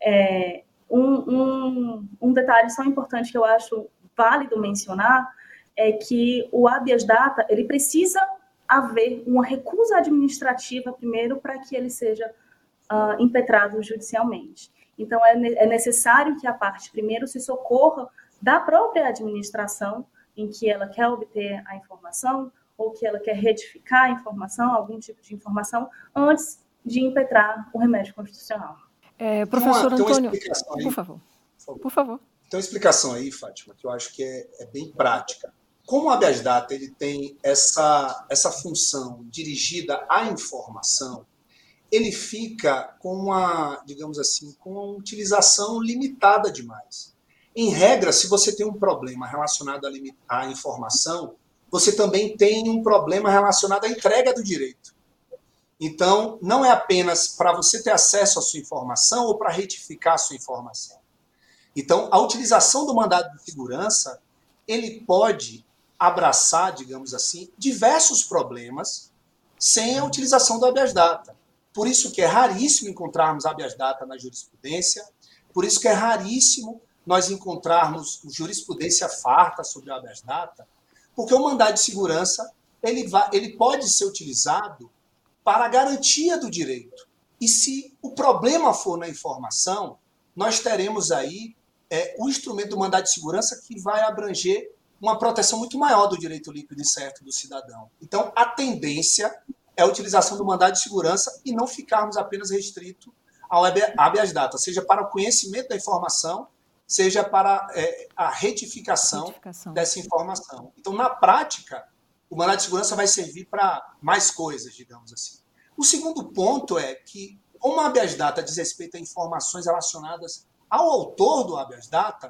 É, um, um, um detalhe só importante que eu acho válido mencionar é que o habeas data, ele precisa haver uma recusa administrativa primeiro para que ele seja uh, impetrado judicialmente. Então, é, é necessário que a parte primeiro se socorra da própria administração em que ela quer obter a informação ou que ela quer retificar a informação, algum tipo de informação, antes de impetrar o remédio constitucional. É, professor tem uma, Antônio, tem uma por favor. por favor. Por favor. Tem uma explicação aí, Fátima, que eu acho que é, é bem prática. Como o habeas data ele tem essa, essa função dirigida à informação, ele fica com uma, digamos assim, com uma utilização limitada demais. Em regra, se você tem um problema relacionado à informação, você também tem um problema relacionado à entrega do direito. Então, não é apenas para você ter acesso à sua informação ou para retificar a sua informação. Então, a utilização do mandado de segurança, ele pode abraçar, digamos assim, diversos problemas sem a utilização do habeas data. Por isso que é raríssimo encontrarmos habeas data na jurisprudência, por isso que é raríssimo nós encontrarmos jurisprudência farta sobre o habeas data, porque o mandado de segurança ele, vai, ele pode ser utilizado para a garantia do direito. E se o problema for na informação, nós teremos aí é, o instrumento do mandado de segurança que vai abranger uma proteção muito maior do direito líquido e certo do cidadão. Então, a tendência é a utilização do mandado de segurança e não ficarmos apenas restrito ao habeas data, seja para o conhecimento da informação, seja para é, a retificação, retificação dessa informação. Então, na prática, o mandado de segurança vai servir para mais coisas, digamos assim. O segundo ponto é que, como a habeas data diz respeito a informações relacionadas ao autor do habeas data,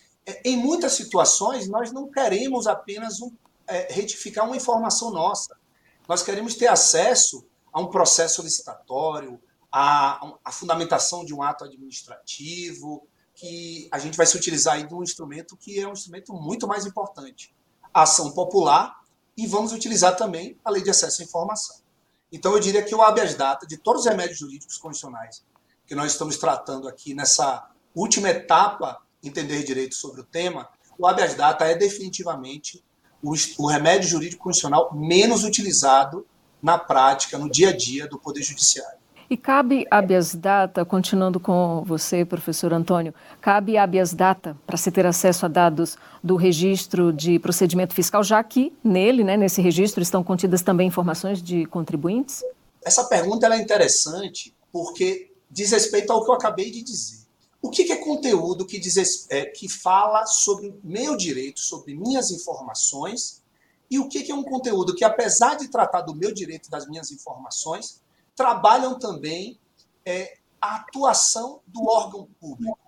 em muitas situações nós não queremos apenas um, é, retificar uma informação nossa. Nós queremos ter acesso a um processo solicitatório, a, a fundamentação de um ato administrativo, que a gente vai se utilizar aí de um instrumento que é um instrumento muito mais importante, a ação popular, e vamos utilizar também a lei de acesso à informação. Então, eu diria que o habeas data, de todos os remédios jurídicos condicionais que nós estamos tratando aqui nessa última etapa, entender direito sobre o tema, o habeas data é definitivamente o, o remédio jurídico condicional menos utilizado na prática, no dia a dia do Poder Judiciário. E cabe habeas data, continuando com você, professor Antônio, cabe habeas data para se ter acesso a dados do registro de procedimento fiscal, já que nele, né, nesse registro, estão contidas também informações de contribuintes? Essa pergunta ela é interessante porque diz respeito ao que eu acabei de dizer. O que é conteúdo que, diz, é, que fala sobre meu direito, sobre minhas informações, e o que é um conteúdo que, apesar de tratar do meu direito, das minhas informações, trabalham também é, a atuação do órgão público,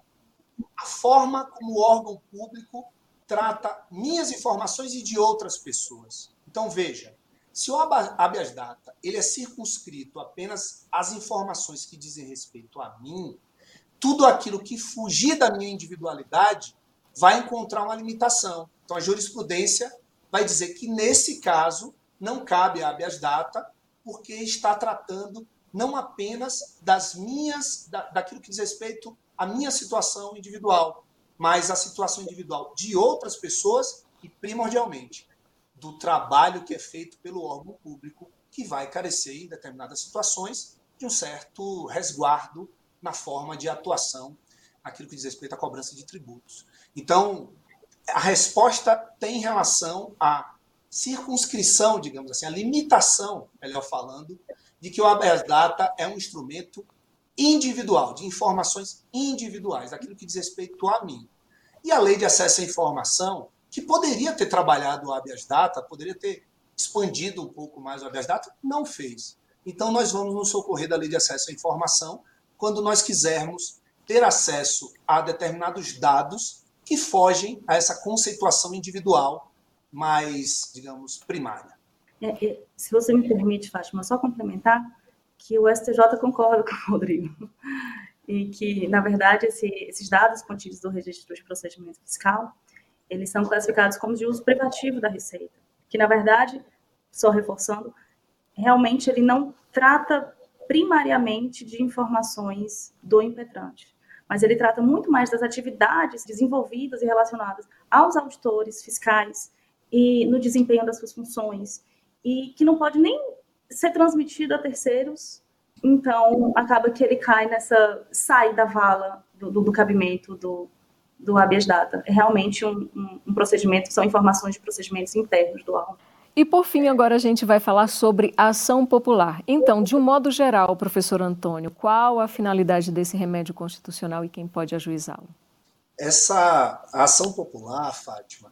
a forma como o órgão público trata minhas informações e de outras pessoas. Então, veja, se o habeas data ele é circunscrito apenas às informações que dizem respeito a mim, tudo aquilo que fugir da minha individualidade vai encontrar uma limitação. Então, a jurisprudência vai dizer que, nesse caso, não cabe a habeas data, porque está tratando não apenas das minhas, da, daquilo que diz respeito à minha situação individual, mas à situação individual de outras pessoas e, primordialmente, do trabalho que é feito pelo órgão público, que vai carecer, em determinadas situações, de um certo resguardo na forma de atuação naquilo que diz respeito à cobrança de tributos. Então, a resposta tem relação à circunscrição, digamos assim, a limitação, melhor falando, de que o habeas data é um instrumento individual, de informações individuais, daquilo que diz respeito a mim. E a lei de acesso à informação, que poderia ter trabalhado o habeas data, poderia ter expandido um pouco mais o habeas data, não fez. Então, nós vamos nos socorrer da lei de acesso à informação quando nós quisermos ter acesso a determinados dados que fogem a essa conceituação individual mais, digamos, primária. É, é, se você me permite, Fátima, só complementar que o S T J concorda com o Rodrigo e que, na verdade, esse, esses dados contidos do registro de procedimento fiscal, eles são classificados como de uso privativo da Receita, que, na verdade, só reforçando, realmente ele não trata primariamente de informações do impetrante, mas ele trata muito mais das atividades desenvolvidas e relacionadas aos auditores fiscais e no desempenho das suas funções, e que não pode nem ser transmitido a terceiros, então acaba que ele cai nessa, sai da vala do, do, do cabimento do, do habeas data. É realmente um, um, um procedimento, são informações de procedimentos internos do órgão. E por fim, agora a gente vai falar sobre a ação popular. Então, de um modo geral, professor Antônio, qual a finalidade desse remédio constitucional e quem pode ajuizá-lo? Essa ação popular, Fátima,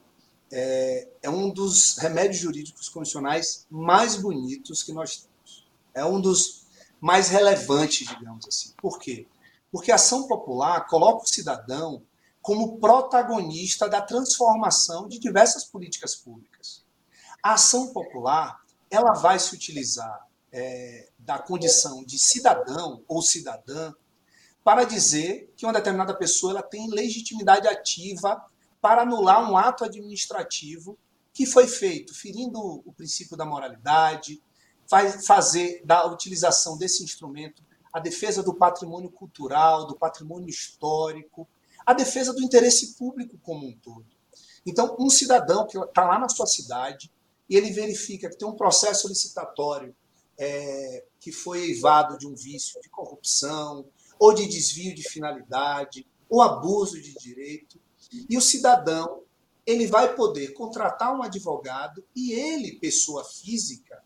é, é um dos remédios jurídicos constitucionais mais bonitos que nós temos. É um dos mais relevantes, digamos assim. Por quê? Porque a ação popular coloca o cidadão como protagonista da transformação de diversas políticas públicas. A ação popular, ela vai se utilizar é, da condição de cidadão ou cidadã para dizer que uma determinada pessoa ela tem legitimidade ativa para anular um ato administrativo que foi feito ferindo o princípio da moralidade, vai fazer da utilização desse instrumento a defesa do patrimônio cultural, do patrimônio histórico, a defesa do interesse público como um todo. Então, um cidadão que está lá na sua cidade e ele verifica que tem um processo licitatório é, que foi eivado de um vício de corrupção, ou de desvio de finalidade, ou abuso de direito, e o cidadão ele vai poder contratar um advogado e ele, pessoa física,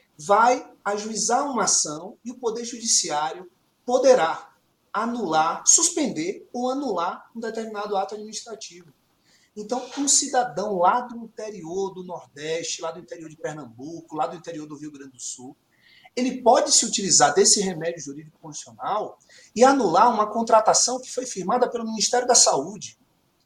vai ajuizar uma ação e o Poder Judiciário poderá anular, suspender ou anular um determinado ato administrativo. Então, um cidadão lá do interior do Nordeste, lá do interior de Pernambuco, lá do interior do Rio Grande do Sul, ele pode se utilizar desse remédio jurídico constitucional e anular uma contratação que foi firmada pelo Ministério da Saúde.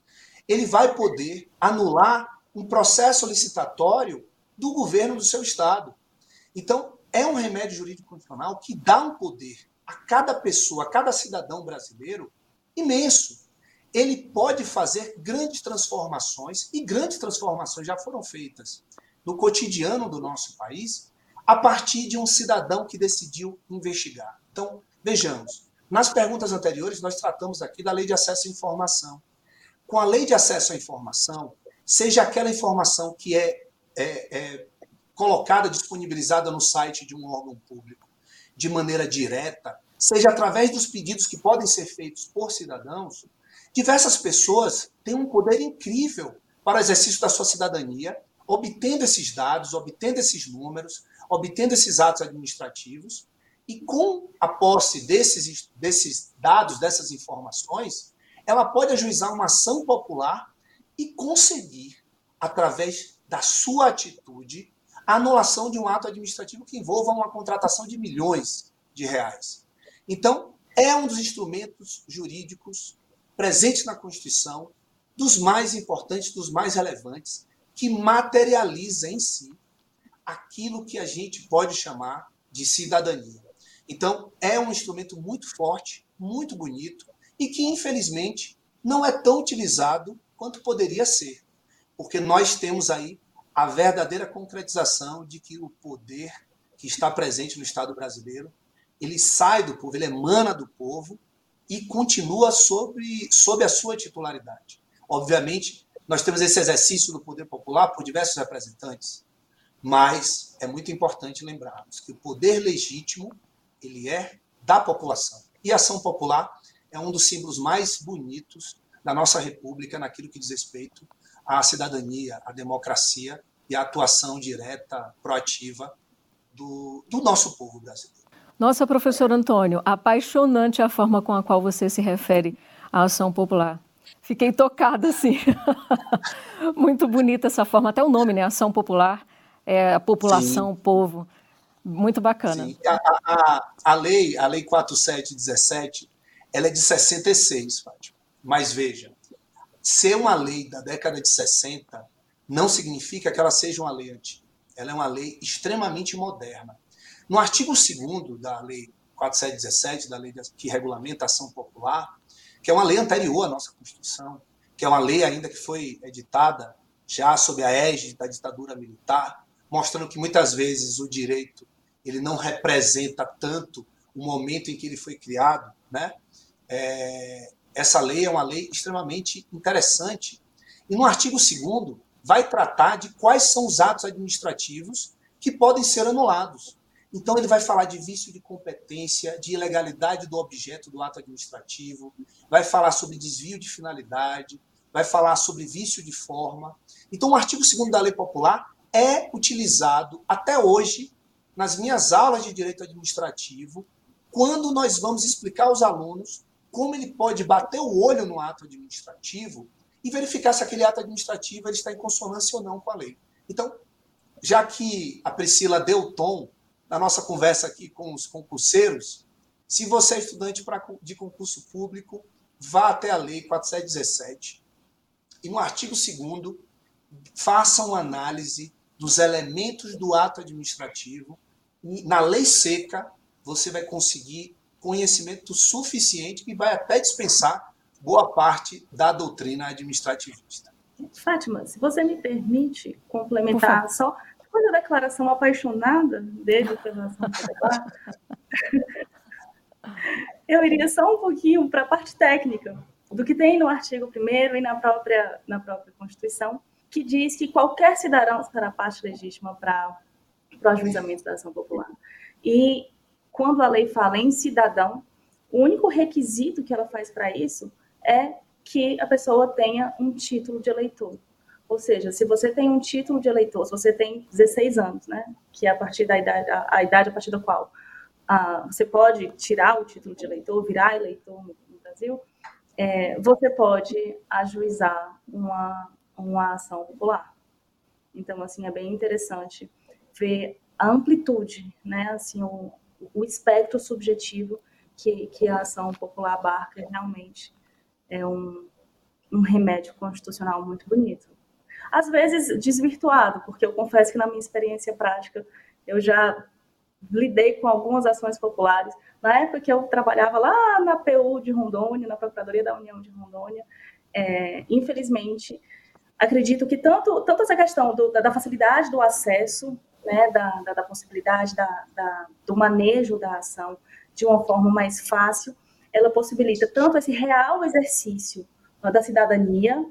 Ele vai poder anular um processo licitatório do governo do seu estado. Então, é um remédio jurídico constitucional que dá um poder a cada pessoa, a cada cidadão brasileiro imenso. Ele pode fazer grandes transformações, e grandes transformações já foram feitas no cotidiano do nosso país, a partir de um cidadão que decidiu investigar. Então, vejamos, nas perguntas anteriores nós tratamos aqui da Lei de Acesso à Informação. Com a Lei de Acesso à Informação, seja aquela informação que é, é, é colocada, disponibilizada no site de um órgão público de maneira direta, seja através dos pedidos que podem ser feitos por cidadãos, diversas pessoas têm um poder incrível para o exercício da sua cidadania, obtendo esses dados, obtendo esses números, obtendo esses atos administrativos, e com a posse desses, desses dados, dessas informações, ela pode ajuizar uma ação popular e conseguir, através da sua atitude, a anulação de um ato administrativo que envolva uma contratação de milhões de reais. Então, é um dos instrumentos jurídicos presentes na Constituição, dos mais importantes, dos mais relevantes, que materializa em si aquilo que a gente pode chamar de cidadania. Então, é um instrumento muito forte, muito bonito, e que, infelizmente, não é tão utilizado quanto poderia ser, porque nós temos aí a verdadeira concretização de que o poder que está presente no Estado brasileiro, ele sai do povo, ele emana do povo e continua sobre, sob a sua titularidade. Obviamente, nós temos esse exercício do poder popular por diversos representantes, mas é muito importante lembrarmos que o poder legítimo ele é da população. E a ação popular é um dos símbolos mais bonitos da nossa República naquilo que diz respeito à cidadania, à democracia e à atuação direta, proativa do, do nosso povo brasileiro. Nossa, professor Antônio, apaixonante a forma com a qual você se refere à ação popular. Fiquei tocada, assim. Muito bonita essa forma, até o nome, né? Ação popular, é a população, Sim. o povo. Muito bacana. Sim. A, a, a, lei, a lei quatro mil setecentos e dezessete, ela é de sessenta e seis, Fátima. Mas veja, ser uma lei da década de sessenta não significa que ela seja uma lei antiga. Ela é uma lei extremamente moderna. No artigo segundo da lei quatro mil setecentos e dezessete, da lei que regulamenta a ação popular, que é uma lei anterior à nossa Constituição, que é uma lei ainda que foi editada já sob a égide da ditadura militar, mostrando que muitas vezes o direito ele não representa tanto o momento em que ele foi criado, né? É, essa lei é uma lei extremamente interessante. E no artigo segundo, vai tratar de quais são os atos administrativos que podem ser anulados. Então, ele vai falar de vício de competência, de ilegalidade do objeto do ato administrativo, vai falar sobre desvio de finalidade, vai falar sobre vício de forma. Então, o artigo segundo da Lei Popular é utilizado até hoje nas minhas aulas de direito administrativo, quando nós vamos explicar aos alunos como ele pode bater o olho no ato administrativo e verificar se aquele ato administrativo ele está em consonância ou não com a lei. Então, já que a Priscila deu o tom na nossa conversa aqui com os concurseiros, se você é estudante pra, de concurso público, vá até a Lei quatro mil setecentos e dezessete e no artigo segundo faça uma análise dos elementos do ato administrativo e na lei seca você vai conseguir conhecimento suficiente que vai até dispensar boa parte da doutrina administrativista. Fátima, se você me permite complementar só depois da declaração apaixonada dele pela ação popular, eu iria só um pouquinho para a parte técnica do que tem no artigo primeiro e na própria, na própria Constituição, que diz que qualquer cidadão será parte legítima para o ajuizamento da ação popular. E quando a lei fala em cidadão, o único requisito que ela faz para isso é que a pessoa tenha um título de eleitor. Ou seja, se você tem um título de eleitor, se você tem dezesseis anos, né, que é a partir da idade, a, a idade a partir da qual ah, você pode tirar o título de eleitor, virar eleitor no, no Brasil, é, você pode ajuizar uma, uma ação popular. Então, assim, é bem interessante ver a amplitude, né, assim, o, o espectro subjetivo que, que a ação popular abarca. Realmente é um, um remédio constitucional muito bonito. Às vezes desvirtuado, porque eu confesso que na minha experiência prática eu já lidei com algumas ações populares. Na época que eu trabalhava lá na P U de Rondônia, na Procuradoria da União de Rondônia, é, infelizmente, acredito que tanto, tanto essa questão do, da, da facilidade do acesso, né, da, da, da possibilidade da, da, do manejo da ação de uma forma mais fácil, ela possibilita tanto esse real exercício da cidadania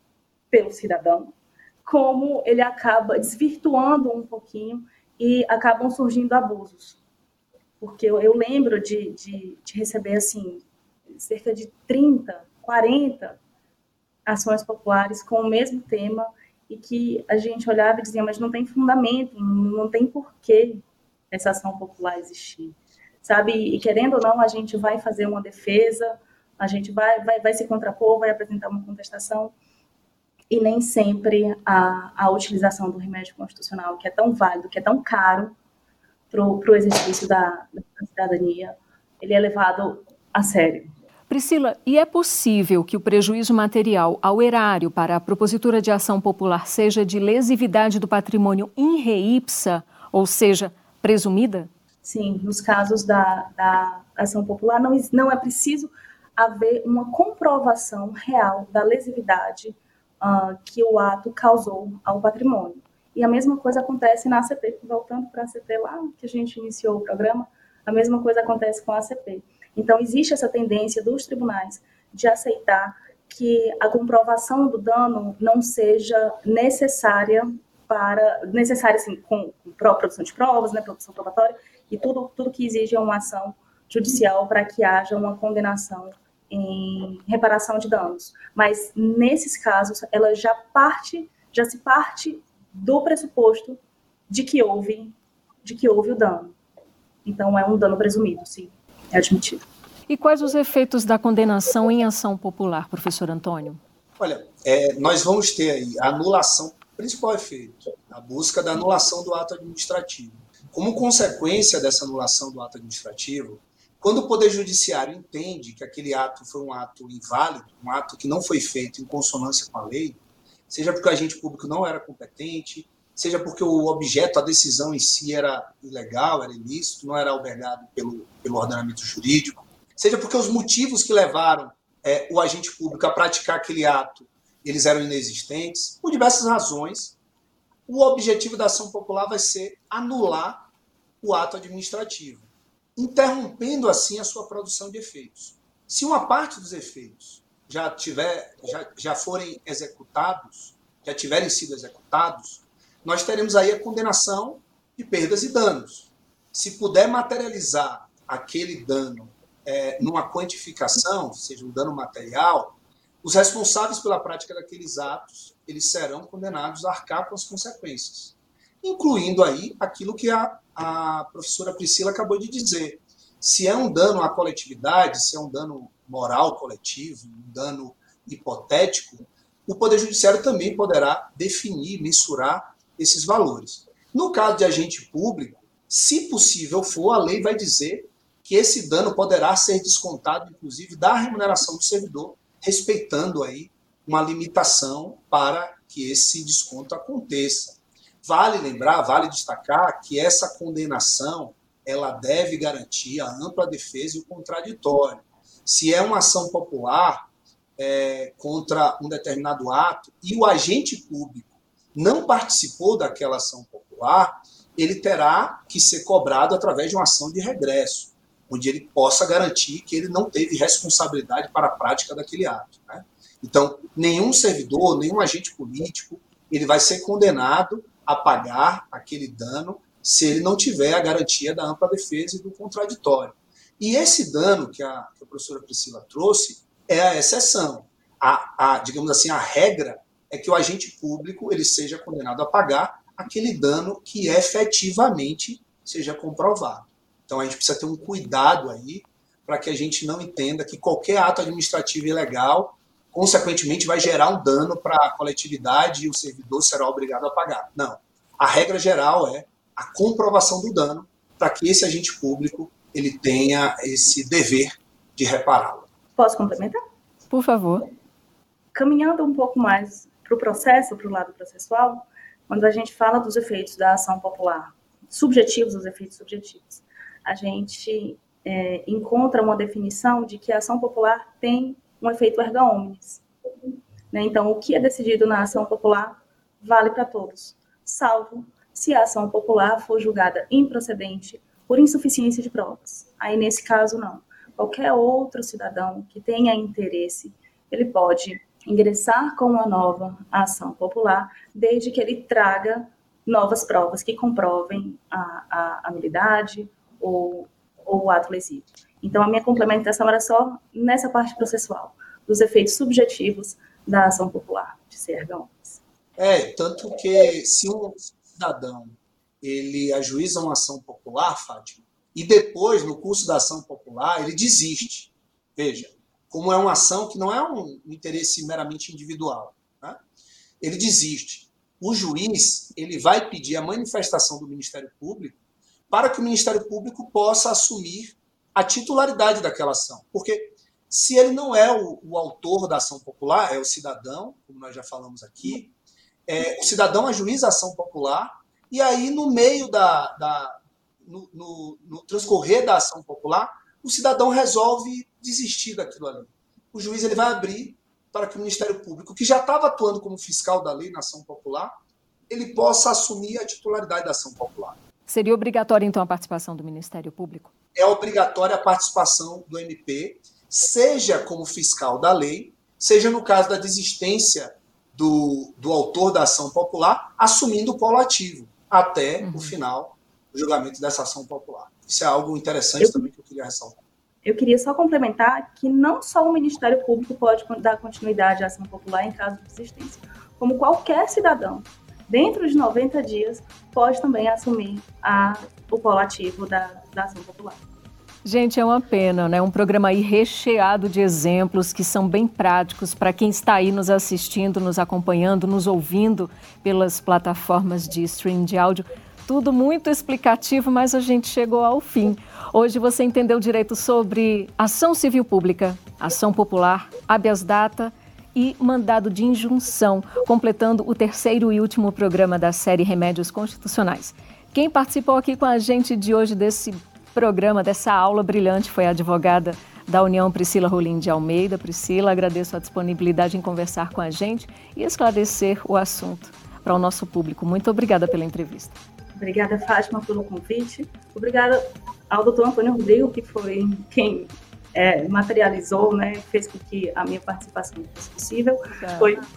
pelo cidadão, como ele acaba desvirtuando um pouquinho e acabam surgindo abusos. Porque eu, eu lembro de, de, de receber, assim, cerca de trinta, quarenta ações populares com o mesmo tema e que a gente olhava e dizia, mas não tem fundamento, não tem porquê essa ação popular existir. Sabe? E querendo ou não, a gente vai fazer uma defesa, a gente vai, vai, vai se contrapor, vai apresentar uma contestação, e nem sempre a, a utilização do remédio constitucional, que é tão válido, que é tão caro para o exercício da, da cidadania, ele é levado a sério. Priscila, e é possível que o prejuízo material ao erário para a propositura de ação popular seja de lesividade do patrimônio in re ipsa, ou seja, presumida? Sim, nos casos da, da ação popular não, não é preciso haver uma comprovação real da lesividade Uh, que o ato causou ao patrimônio. E a mesma coisa acontece na A C P, voltando para a A C P lá, que a gente iniciou o programa, a mesma coisa acontece com a A C P. Então, existe essa tendência dos tribunais de aceitar que a comprovação do dano não seja necessária para, necessária, assim, com, com produção de provas, né, produção probatória, e tudo, tudo que exige uma ação judicial para que haja uma condenação em reparação de danos, mas nesses casos ela já parte, já se parte do pressuposto de que houve, de que houve o dano. Então é um dano presumido, sim, é admitido. E quais os efeitos da condenação em ação popular, professor Antônio? Olha, é, nós vamos ter aí a anulação, principal efeito, a busca da anulação do ato administrativo. Como consequência dessa anulação do ato administrativo, quando o Poder Judiciário entende que aquele ato foi um ato inválido, um ato que não foi feito em consonância com a lei, seja porque o agente público não era competente, seja porque o objeto, a decisão em si era ilegal, era ilícito, não era albergado pelo, pelo ordenamento jurídico, seja porque os motivos que levaram é, o agente público a praticar aquele ato, eles eram inexistentes, por diversas razões, o objetivo da ação popular vai ser anular o ato administrativo, interrompendo assim a sua produção de efeitos. Se uma parte dos efeitos já, tiver, já, já forem executados, já tiverem sido executados, nós teremos aí a condenação de perdas e danos. Se puder materializar aquele dano é, numa quantificação, seja um dano material, os responsáveis pela prática daqueles atos, eles serão condenados a arcar com as consequências, incluindo aí aquilo que a, a professora Priscila acabou de dizer. Se é um dano à coletividade, se é um dano moral coletivo, um dano hipotético, o Poder Judiciário também poderá definir, mensurar esses valores. No caso de agente público, se possível for, a lei vai dizer que esse dano poderá ser descontado, inclusive, da remuneração do servidor, respeitando aí uma limitação para que esse desconto aconteça. Vale lembrar, vale destacar que essa condenação ela deve garantir a ampla defesa e o contraditório. Se é uma ação popular é, contra um determinado ato e o agente público não participou daquela ação popular, ele terá que ser cobrado através de uma ação de regresso, onde ele possa garantir que ele não teve responsabilidade para a prática daquele ato, né? Então, nenhum servidor, nenhum agente político, ele vai ser condenado a pagar aquele dano se ele não tiver a garantia da ampla defesa e do contraditório. E esse dano que a, que a professora Priscila trouxe é a exceção. A, a, digamos assim, a regra é que o agente público ele seja condenado a pagar aquele dano que efetivamente seja comprovado. Então, a gente precisa ter um cuidado aí para que a gente não entenda que qualquer ato administrativo ilegal, consequentemente, vai gerar um dano para a coletividade e o servidor será obrigado a pagar. Não. A regra geral é a comprovação do dano para que esse agente público ele tenha esse dever de repará-lo. Posso complementar? Por favor. Caminhando um pouco mais para o processo, para o lado processual, quando a gente fala dos efeitos da ação popular, subjetivos, os efeitos subjetivos, a gente é, encontra uma definição de que a ação popular tem um efeito erga omnes. Né? Então, o que é decidido na ação popular vale para todos, salvo se a ação popular for julgada improcedente por insuficiência de provas. Aí, nesse caso, não. Qualquer outro cidadão que tenha interesse, ele pode ingressar com uma nova ação popular, desde que ele traga novas provas que comprovem a, a habilidade ou, ou o ato lesivo. Então, a minha complementação era só nessa parte processual, dos efeitos subjetivos da ação popular, de ser erga omnes. É, tanto que se um cidadão ele ajuiza uma ação popular, Fátima, e depois, no curso da ação popular, ele desiste. Veja, como é uma ação que não é um interesse meramente individual, né? Ele desiste. O juiz ele vai pedir a manifestação do Ministério Público para que o Ministério Público possa assumir a titularidade daquela ação. Porque se ele não é o, o autor da ação popular, é o cidadão, como nós já falamos aqui, é, o cidadão ajuiza a ação popular, e aí no meio da... da no, no, no transcorrer da ação popular, o cidadão resolve desistir daquilo ali. O juiz ele vai abrir para que o Ministério Público, que já estava atuando como fiscal da lei na ação popular, ele possa assumir a titularidade da ação popular. Seria obrigatória, então, a participação do Ministério Público? É obrigatória a participação do M P, seja como fiscal da lei, seja no caso da desistência do, do autor da ação popular, assumindo o polo ativo, até uhum. o final do julgamento dessa ação popular. Isso é algo interessante eu, também que eu queria ressaltar. Eu queria só complementar que não só o Ministério Público pode dar continuidade à ação popular em caso de desistência, como qualquer cidadão, dentro de noventa dias, pode também assumir a, o polo ativo da, da ação popular. Gente, é uma pena, né? Um programa aí recheado de exemplos que são bem práticos para quem está aí nos assistindo, nos acompanhando, nos ouvindo pelas plataformas de streaming de áudio. Tudo muito explicativo, mas a gente chegou ao fim. Hoje você entendeu direito sobre ação civil pública, ação popular, habeas data e mandado de injunção, completando o terceiro e último programa da série Remédios Constitucionais. Quem participou aqui com a gente de hoje desse programa, dessa aula brilhante, foi a advogada da União, Priscila Rolim de Almeida. Priscila, agradeço a disponibilidade em conversar com a gente e esclarecer o assunto para o nosso público. Muito obrigada pela entrevista. Obrigada, Fátima, pelo convite. Obrigada ao doutor Antônio Rodrigo, que foi quem é, materializou, né, fez com que a minha participação fosse possível. Foi,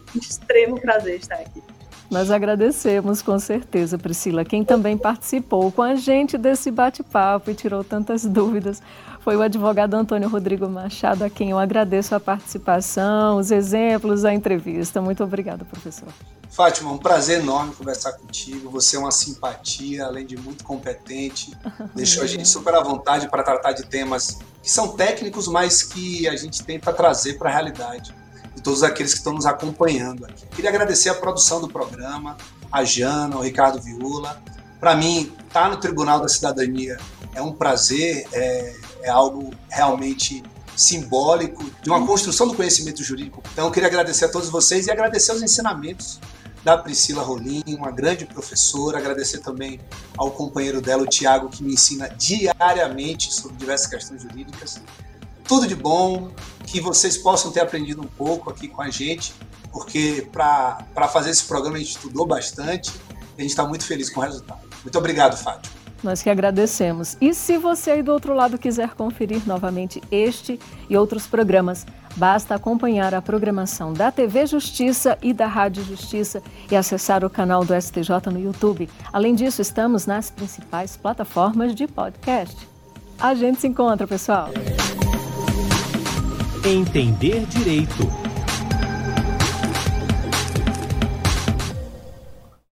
extremo prazer estar aqui. Nós agradecemos, com certeza, Priscila. Quem também participou com a gente desse bate-papo e tirou tantas dúvidas foi o advogado Antônio Rodrigo Machado, a quem eu agradeço a participação, os exemplos, a entrevista. Muito obrigada, professor. Fátima, um prazer enorme conversar contigo. Você é uma simpatia, além de muito competente. Deixou a gente super à vontade para tratar de temas que são técnicos, mas que a gente tenta trazer para a realidade de todos aqueles que estão nos acompanhando aqui. Queria agradecer a produção do programa, a Jana, o Ricardo Viula. Para mim, estar no Tribunal da Cidadania é um prazer, é, é algo realmente simbólico de uma construção do conhecimento jurídico. Então, eu queria agradecer a todos vocês e agradecer os ensinamentos da Priscila Rolim, uma grande professora, agradecer também ao companheiro dela, o Tiago, que me ensina diariamente sobre diversas questões jurídicas. Tudo de bom, que vocês possam ter aprendido um pouco aqui com a gente, porque para fazer esse programa a gente estudou bastante e a gente está muito feliz com o resultado. Muito obrigado, Fátima. Nós que agradecemos. E se você aí do outro lado quiser conferir novamente este e outros programas, basta acompanhar a programação da T V Justiça e da Rádio Justiça e acessar o canal do S T J no YouTube. Além disso, estamos nas principais plataformas de podcast. A gente se encontra, pessoal. Entender Direito.